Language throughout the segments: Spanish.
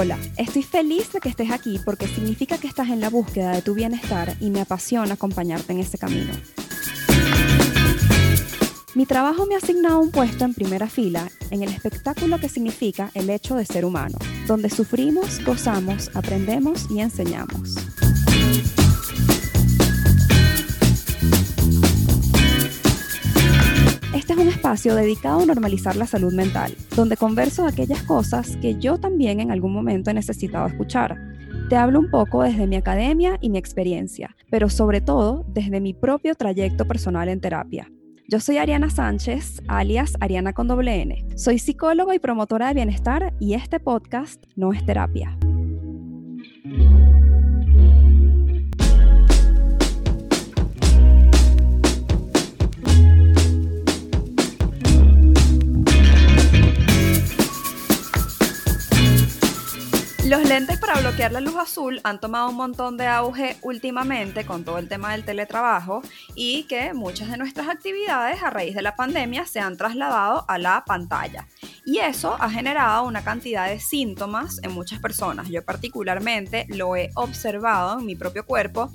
Hola, estoy feliz de que estés aquí porque significa que estás en la búsqueda de tu bienestar y me apasiona acompañarte en ese camino. Mi trabajo me ha asignado un puesto en primera fila en el espectáculo que significa el hecho de ser humano, donde sufrimos, gozamos, aprendemos y enseñamos. Este es un espacio dedicado a normalizar la salud mental, donde converso de aquellas cosas que yo también en algún momento he necesitado escuchar. Te hablo un poco desde mi academia y mi experiencia, pero sobre todo desde mi propio trayecto personal en terapia. Yo soy Ariana Sánchez, alias Ariana con doble N. Soy psicóloga y promotora de bienestar y este podcast no es terapia. Los lentes para bloquear la luz azul han tomado un montón de auge últimamente con todo el tema del teletrabajo y que muchas de nuestras actividades a raíz de la pandemia se han trasladado a la pantalla. Y eso ha generado una cantidad de síntomas en muchas personas. Yo particularmente lo he observado en mi propio cuerpo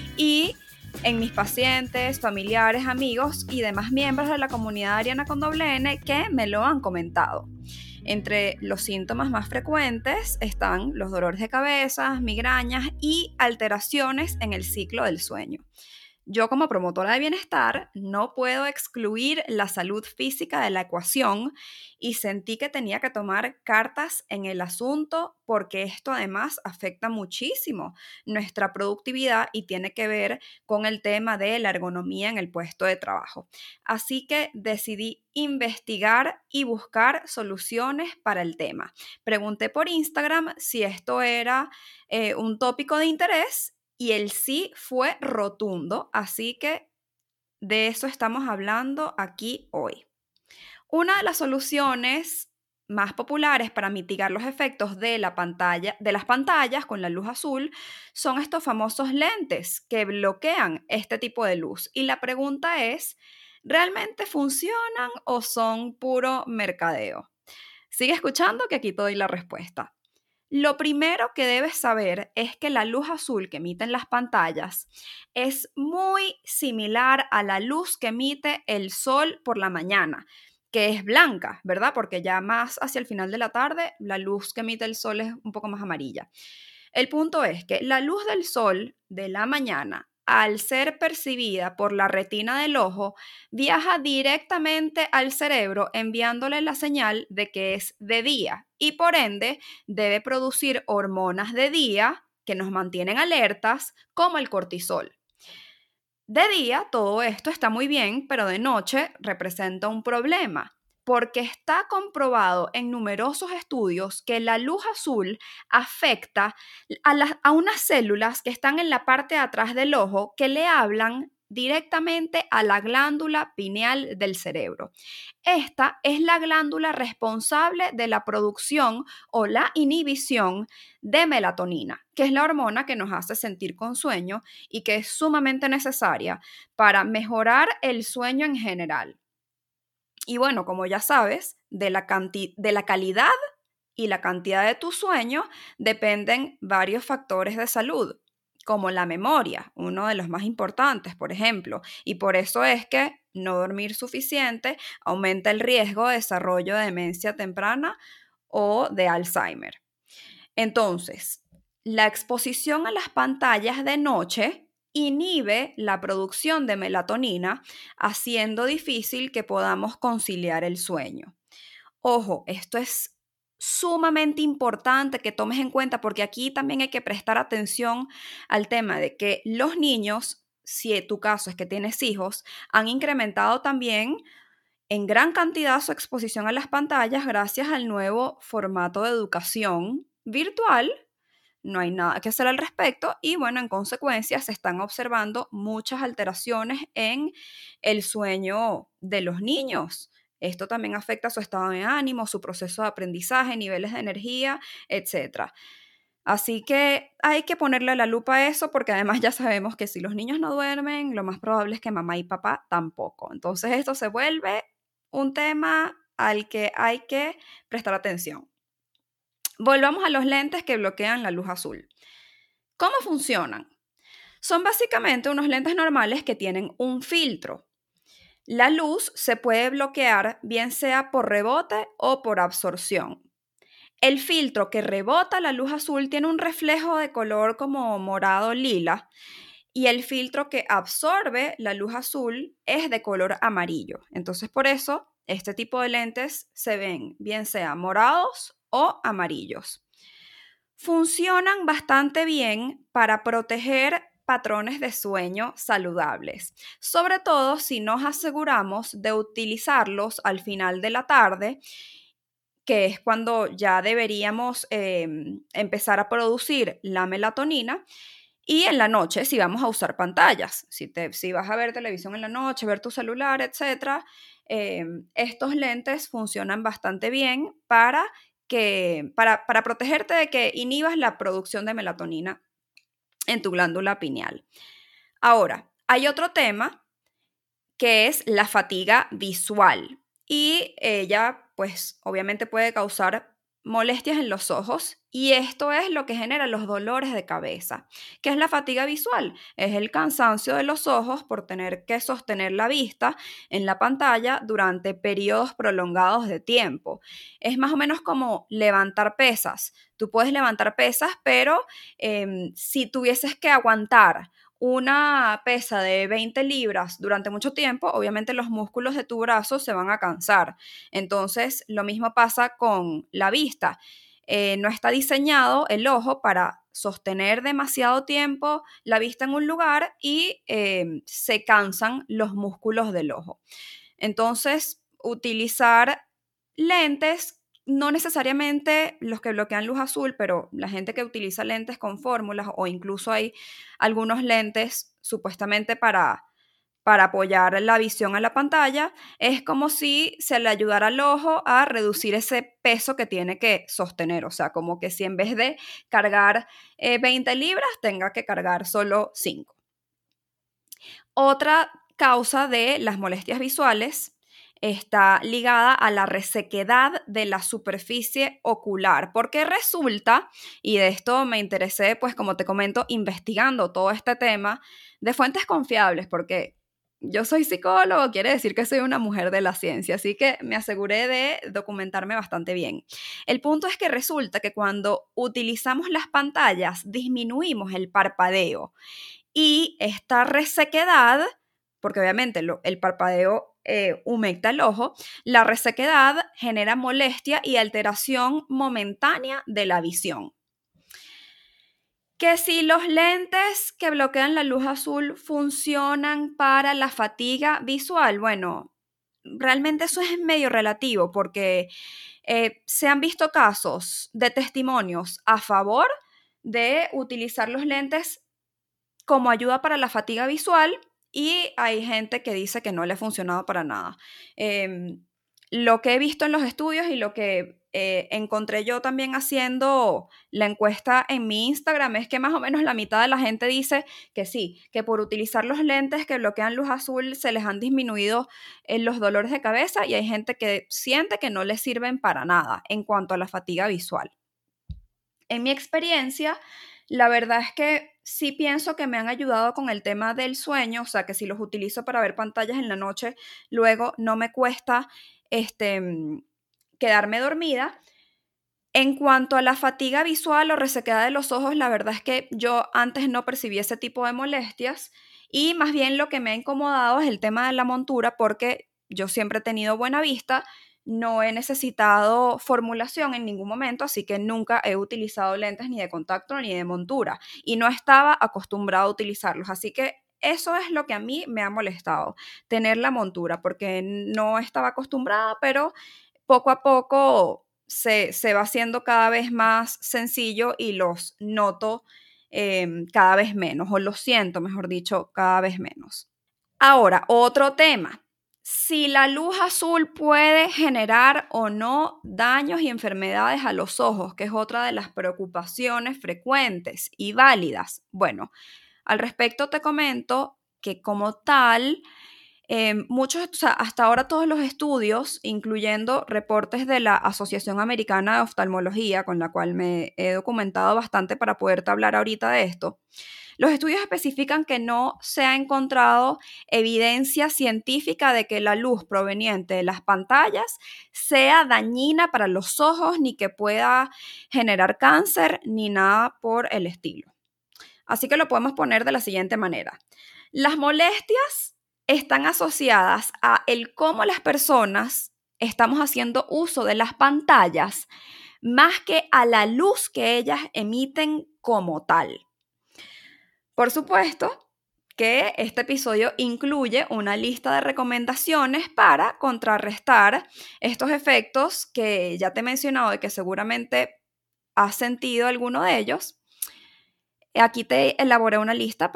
y en mis pacientes, familiares, amigos y demás miembros de la comunidad Ariana con doble N que me lo han comentado. Entre los síntomas más frecuentes están los dolores de cabeza, migrañas y alteraciones en el ciclo del sueño. Yo como promotora de bienestar no puedo excluir la salud física de la ecuación y sentí que tenía que tomar cartas en el asunto porque esto además afecta muchísimo nuestra productividad y tiene que ver con el tema de la ergonomía en el puesto de trabajo. Así que decidí investigar y buscar soluciones para el tema. Pregunté por Instagram si esto era un tópico de interés y el sí fue rotundo, así que de eso estamos hablando aquí hoy. Una de las soluciones más populares para mitigar los efectos de las pantallas con la luz azul son estos famosos lentes que bloquean este tipo de luz. Y la pregunta es, ¿realmente funcionan o son puro mercadeo? Sigue escuchando que aquí te doy la respuesta. Lo primero que debes saber es que la luz azul que emiten las pantallas es muy similar a la luz que emite el sol por la mañana, que es blanca, ¿verdad? Porque ya más hacia el final de la tarde, la luz que emite el sol es un poco más amarilla. El punto es que la luz del sol de la mañana, al ser percibida por la retina del ojo, viaja directamente al cerebro enviándole la señal de que es de día y por ende debe producir hormonas de día que nos mantienen alertas como el cortisol. De día todo esto está muy bien, pero de noche representa un problema, porque está comprobado en numerosos estudios que la luz azul afecta a unas células que están en la parte de atrás del ojo que le hablan directamente a la glándula pineal del cerebro. Esta es la glándula responsable de la producción o la inhibición de melatonina, que es la hormona que nos hace sentir con sueño y que es sumamente necesaria para mejorar el sueño en general. Y bueno, como ya sabes, de la calidad y la cantidad de tu sueño dependen varios factores de salud, como la memoria, uno de los más importantes, por ejemplo. Y por eso es que no dormir suficiente aumenta el riesgo de desarrollo de demencia temprana o de Alzheimer. Entonces, la exposición a las pantallas de noche inhibe la producción de melatonina, haciendo difícil que podamos conciliar el sueño. Ojo, esto es sumamente importante que tomes en cuenta porque aquí también hay que prestar atención al tema de que los niños, si tu caso es que tienes hijos, han incrementado también en gran cantidad su exposición a las pantallas gracias al nuevo formato de educación virtual. No hay nada que hacer al respecto y bueno, en consecuencia se están observando muchas alteraciones en el sueño de los niños. Esto también afecta su estado de ánimo, su proceso de aprendizaje, niveles de energía, etcétera. Así que hay que ponerle la lupa a eso porque además ya sabemos que si los niños no duermen, lo más probable es que mamá y papá tampoco. Entonces esto se vuelve un tema al que hay que prestar atención. Volvamos a los lentes que bloquean la luz azul. ¿Cómo funcionan? Son básicamente unos lentes normales que tienen un filtro. La luz se puede bloquear bien sea por rebote o por absorción. El filtro que rebota la luz azul tiene un reflejo de color como morado lila y el filtro que absorbe la luz azul es de color amarillo. Entonces, por eso, este tipo de lentes se ven bien sea morados o amarillos. Funcionan bastante bien para proteger patrones de sueño saludables, sobre todo si nos aseguramos de utilizarlos al final de la tarde, que es cuando ya deberíamos empezar a producir la melatonina, y en la noche si vamos a usar pantallas, si vas a ver televisión en la noche, ver tu celular, etc., estos lentes funcionan bastante bien para protegerte de que inhibas la producción de melatonina en tu glándula pineal. Ahora, hay otro tema que es la fatiga visual y ella pues obviamente puede causar molestias en los ojos y esto es lo que genera los dolores de cabeza. ¿Qué es la fatiga visual? Es el cansancio de los ojos por tener que sostener la vista en la pantalla durante periodos prolongados de tiempo. Es más o menos como levantar pesas. Tú puedes levantar pesas, pero si tuvieses que aguantar una pesa de 20 libras durante mucho tiempo, obviamente los músculos de tu brazo se van a cansar. Entonces, lo mismo pasa con la vista. No está diseñado el ojo para sostener demasiado tiempo la vista en un lugar y se cansan los músculos del ojo. Entonces, utilizar lentes, no necesariamente los que bloquean luz azul, pero la gente que utiliza lentes con fórmulas o incluso hay algunos lentes supuestamente para apoyar la visión a la pantalla, es como si se le ayudara al ojo a reducir ese peso que tiene que sostener. O sea, como que si en vez de cargar 20 libras, tenga que cargar solo 5. Otra causa de las molestias visuales está ligada a la resequedad de la superficie ocular, porque resulta, y de esto me interesé, pues como te comento, investigando todo este tema de fuentes confiables, porque yo soy psicólogo, quiere decir que soy una mujer de la ciencia, así que me aseguré de documentarme bastante bien. El punto es que resulta que cuando utilizamos las pantallas disminuimos el parpadeo y esta resequedad, porque obviamente el parpadeo humecta el ojo, la resequedad genera molestia y alteración momentánea de la visión. Que si los lentes que bloquean la luz azul funcionan para la fatiga visual, bueno, realmente eso es medio relativo porque se han visto casos de testimonios a favor de utilizar los lentes como ayuda para la fatiga visual y hay gente que dice que no le ha funcionado para nada. Lo que he visto en los estudios y lo que encontré yo también haciendo la encuesta en mi Instagram es que más o menos la mitad de la gente dice que sí, que por utilizar los lentes que bloquean luz azul se les han disminuido los dolores de cabeza y hay gente que siente que no les sirven para nada en cuanto a la fatiga visual. En mi experiencia, la verdad es que sí pienso que me han ayudado con el tema del sueño, o sea, que si los utilizo para ver pantallas en la noche, luego no me cuesta quedarme dormida. En cuanto a la fatiga visual o resequedad de los ojos, la verdad es que yo antes no percibí ese tipo de molestias y más bien lo que me ha incomodado es el tema de la montura porque yo siempre he tenido buena vista, no he necesitado formulación en ningún momento, así que nunca he utilizado lentes ni de contacto ni de montura y no estaba acostumbrado a utilizarlos, así que eso es lo que a mí me ha molestado, tener la montura, porque no estaba acostumbrada, pero poco a poco se va haciendo cada vez más sencillo y los noto cada vez menos, o los siento, mejor dicho, cada vez menos. Ahora, otro tema. Si la luz azul puede generar o no daños y enfermedades a los ojos, que es otra de las preocupaciones frecuentes y válidas. Bueno, al respecto te comento que como tal, O sea, hasta ahora todos los estudios, incluyendo reportes de la Asociación Americana de Oftalmología, con la cual me he documentado bastante para poderte hablar ahorita de esto, los estudios especifican que no se ha encontrado evidencia científica de que la luz proveniente de las pantallas sea dañina para los ojos, ni que pueda generar cáncer, ni nada por el estilo. Así que lo podemos poner de la siguiente manera. Las molestias están asociadas a el cómo las personas estamos haciendo uso de las pantallas más que a la luz que ellas emiten como tal. Por supuesto que este episodio incluye una lista de recomendaciones para contrarrestar estos efectos que ya te he mencionado y que seguramente has sentido alguno de ellos. Aquí te elaboré una lista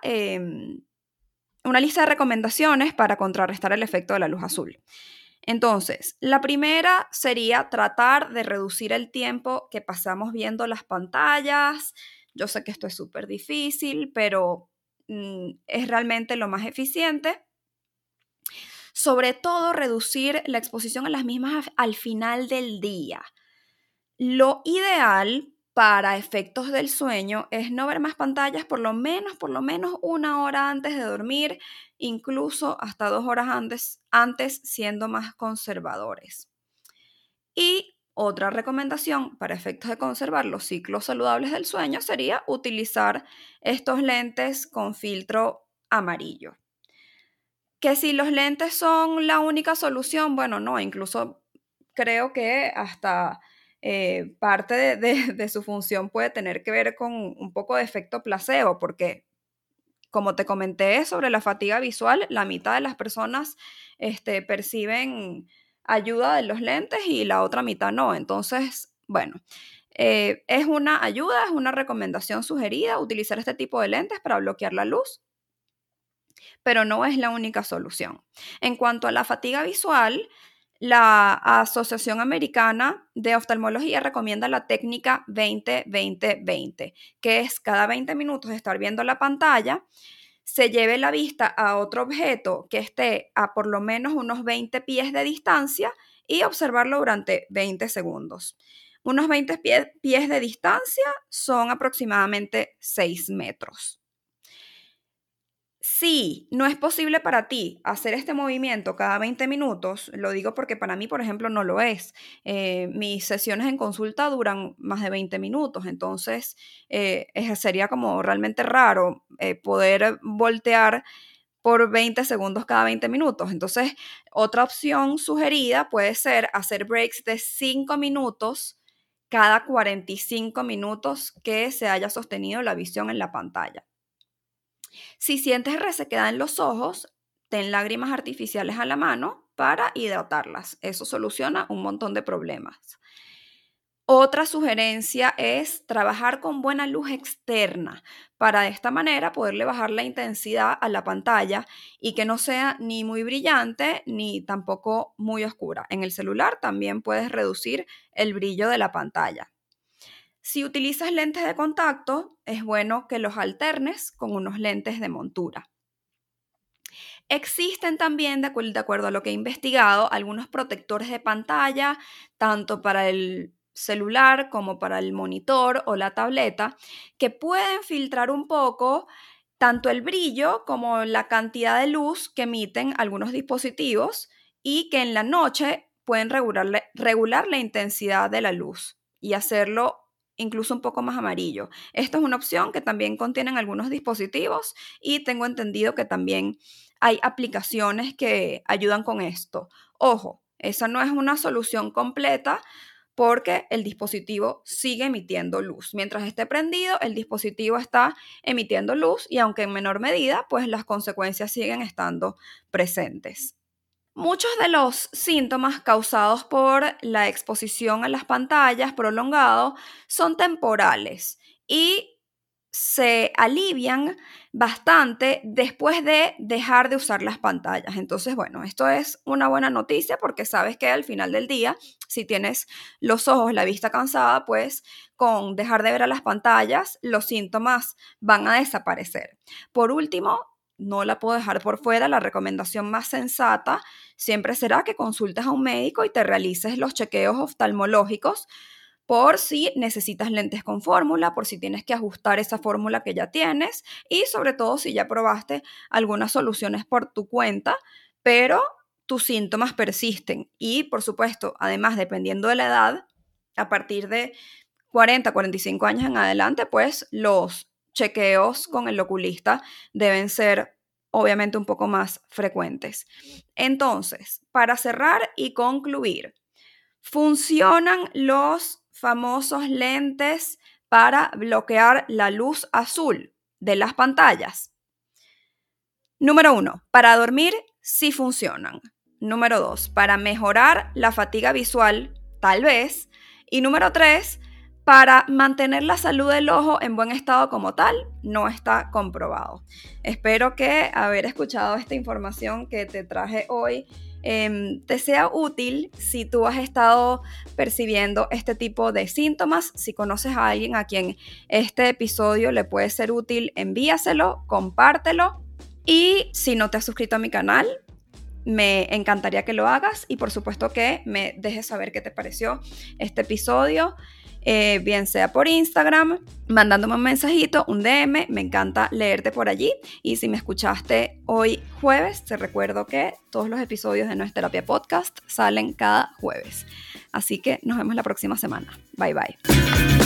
una lista de recomendaciones para contrarrestar el efecto de la luz azul. Entonces, la primera sería tratar de reducir el tiempo que pasamos viendo las pantallas. Yo sé que esto es súper difícil, pero es realmente lo más eficiente. Sobre todo, reducir la exposición a las mismas al final del día. Lo ideal para efectos del sueño es no ver más pantallas por lo menos 1 hora antes de dormir, incluso hasta 2 horas antes siendo más conservadores. Y otra recomendación para efectos de conservar los ciclos saludables del sueño sería utilizar estos lentes con filtro amarillo. Que si los lentes son la única solución, bueno, no, incluso creo que hasta parte de su función puede tener que ver con un poco de efecto placebo, porque como te comenté sobre la fatiga visual, la mitad de las personas perciben ayuda de los lentes y la otra mitad no. Entonces, bueno, es una ayuda, es una recomendación sugerida utilizar este tipo de lentes para bloquear la luz, pero no es la única solución. En cuanto a la fatiga visual, la Asociación Americana de Oftalmología recomienda la técnica 20-20-20, que es cada 20 minutos de estar viendo la pantalla, se lleve la vista a otro objeto que esté a por lo menos unos 20 pies de distancia y observarlo durante 20 segundos. Unos 20 pies de distancia son aproximadamente 6 metros. Si no es posible para ti hacer este movimiento cada 20 minutos, lo digo porque para mí, por ejemplo, no lo es. Mis sesiones en consulta duran más de 20 minutos, entonces sería como realmente raro poder voltear por 20 segundos cada 20 minutos. Entonces, otra opción sugerida puede ser hacer breaks de 5 minutos cada 45 minutos que se haya sostenido la visión en la pantalla. Si sientes resequedad en los ojos, ten lágrimas artificiales a la mano para hidratarlas. Eso soluciona un montón de problemas. Otra sugerencia es trabajar con buena luz externa para de esta manera poderle bajar la intensidad a la pantalla y que no sea ni muy brillante ni tampoco muy oscura. En el celular también puedes reducir el brillo de la pantalla. Si utilizas lentes de contacto, es bueno que los alternes con unos lentes de montura. Existen también, de acuerdo a lo que he investigado, algunos protectores de pantalla, tanto para el celular como para el monitor o la tableta, que pueden filtrar un poco tanto el brillo como la cantidad de luz que emiten algunos dispositivos y que en la noche pueden regular la intensidad de la luz y hacerlo incluso un poco más amarillo. Esto es una opción que también contienen algunos dispositivos y tengo entendido que también hay aplicaciones que ayudan con esto. Ojo, esa no es una solución completa porque el dispositivo sigue emitiendo luz. Mientras esté prendido, el dispositivo está emitiendo luz y aunque en menor medida, pues las consecuencias siguen estando presentes. Muchos de los síntomas causados por la exposición a las pantallas prolongado son temporales y se alivian bastante después de dejar de usar las pantallas. Entonces, bueno, esto es una buena noticia porque sabes que al final del día, si tienes los ojos, la vista cansada, pues con dejar de ver a las pantallas, los síntomas van a desaparecer. Por último, no la puedo dejar por fuera. La recomendación más sensata siempre será que consultes a un médico y te realices los chequeos oftalmológicos por si necesitas lentes con fórmula, por si tienes que ajustar esa fórmula que ya tienes y sobre todo si ya probaste algunas soluciones por tu cuenta, pero tus síntomas persisten. Y por supuesto, además, dependiendo de la edad, a partir de 40, 45 años en adelante, pues los chequeos con el oculista deben ser obviamente un poco más frecuentes. Entonces, para cerrar y concluir, funcionan los famosos lentes para bloquear la luz azul de las pantallas. Número 1, para dormir sí funcionan. Número 2, para mejorar la fatiga visual, tal vez. Y número 3, para mantener la salud del ojo en buen estado como tal, no está comprobado. Espero que haber escuchado esta información que te traje hoy te sea útil si tú has estado percibiendo este tipo de síntomas. Si conoces a alguien a quien este episodio le puede ser útil, envíaselo, compártelo. Y si no te has suscrito a mi canal, me encantaría que lo hagas y por supuesto que me dejes saber qué te pareció este episodio, bien sea por Instagram, mandándome un mensajito, un DM, me encanta leerte por allí. Y si me escuchaste hoy jueves, te recuerdo que todos los episodios de Nuestra Terapia Podcast salen cada jueves. Así que nos vemos la próxima semana. Bye bye.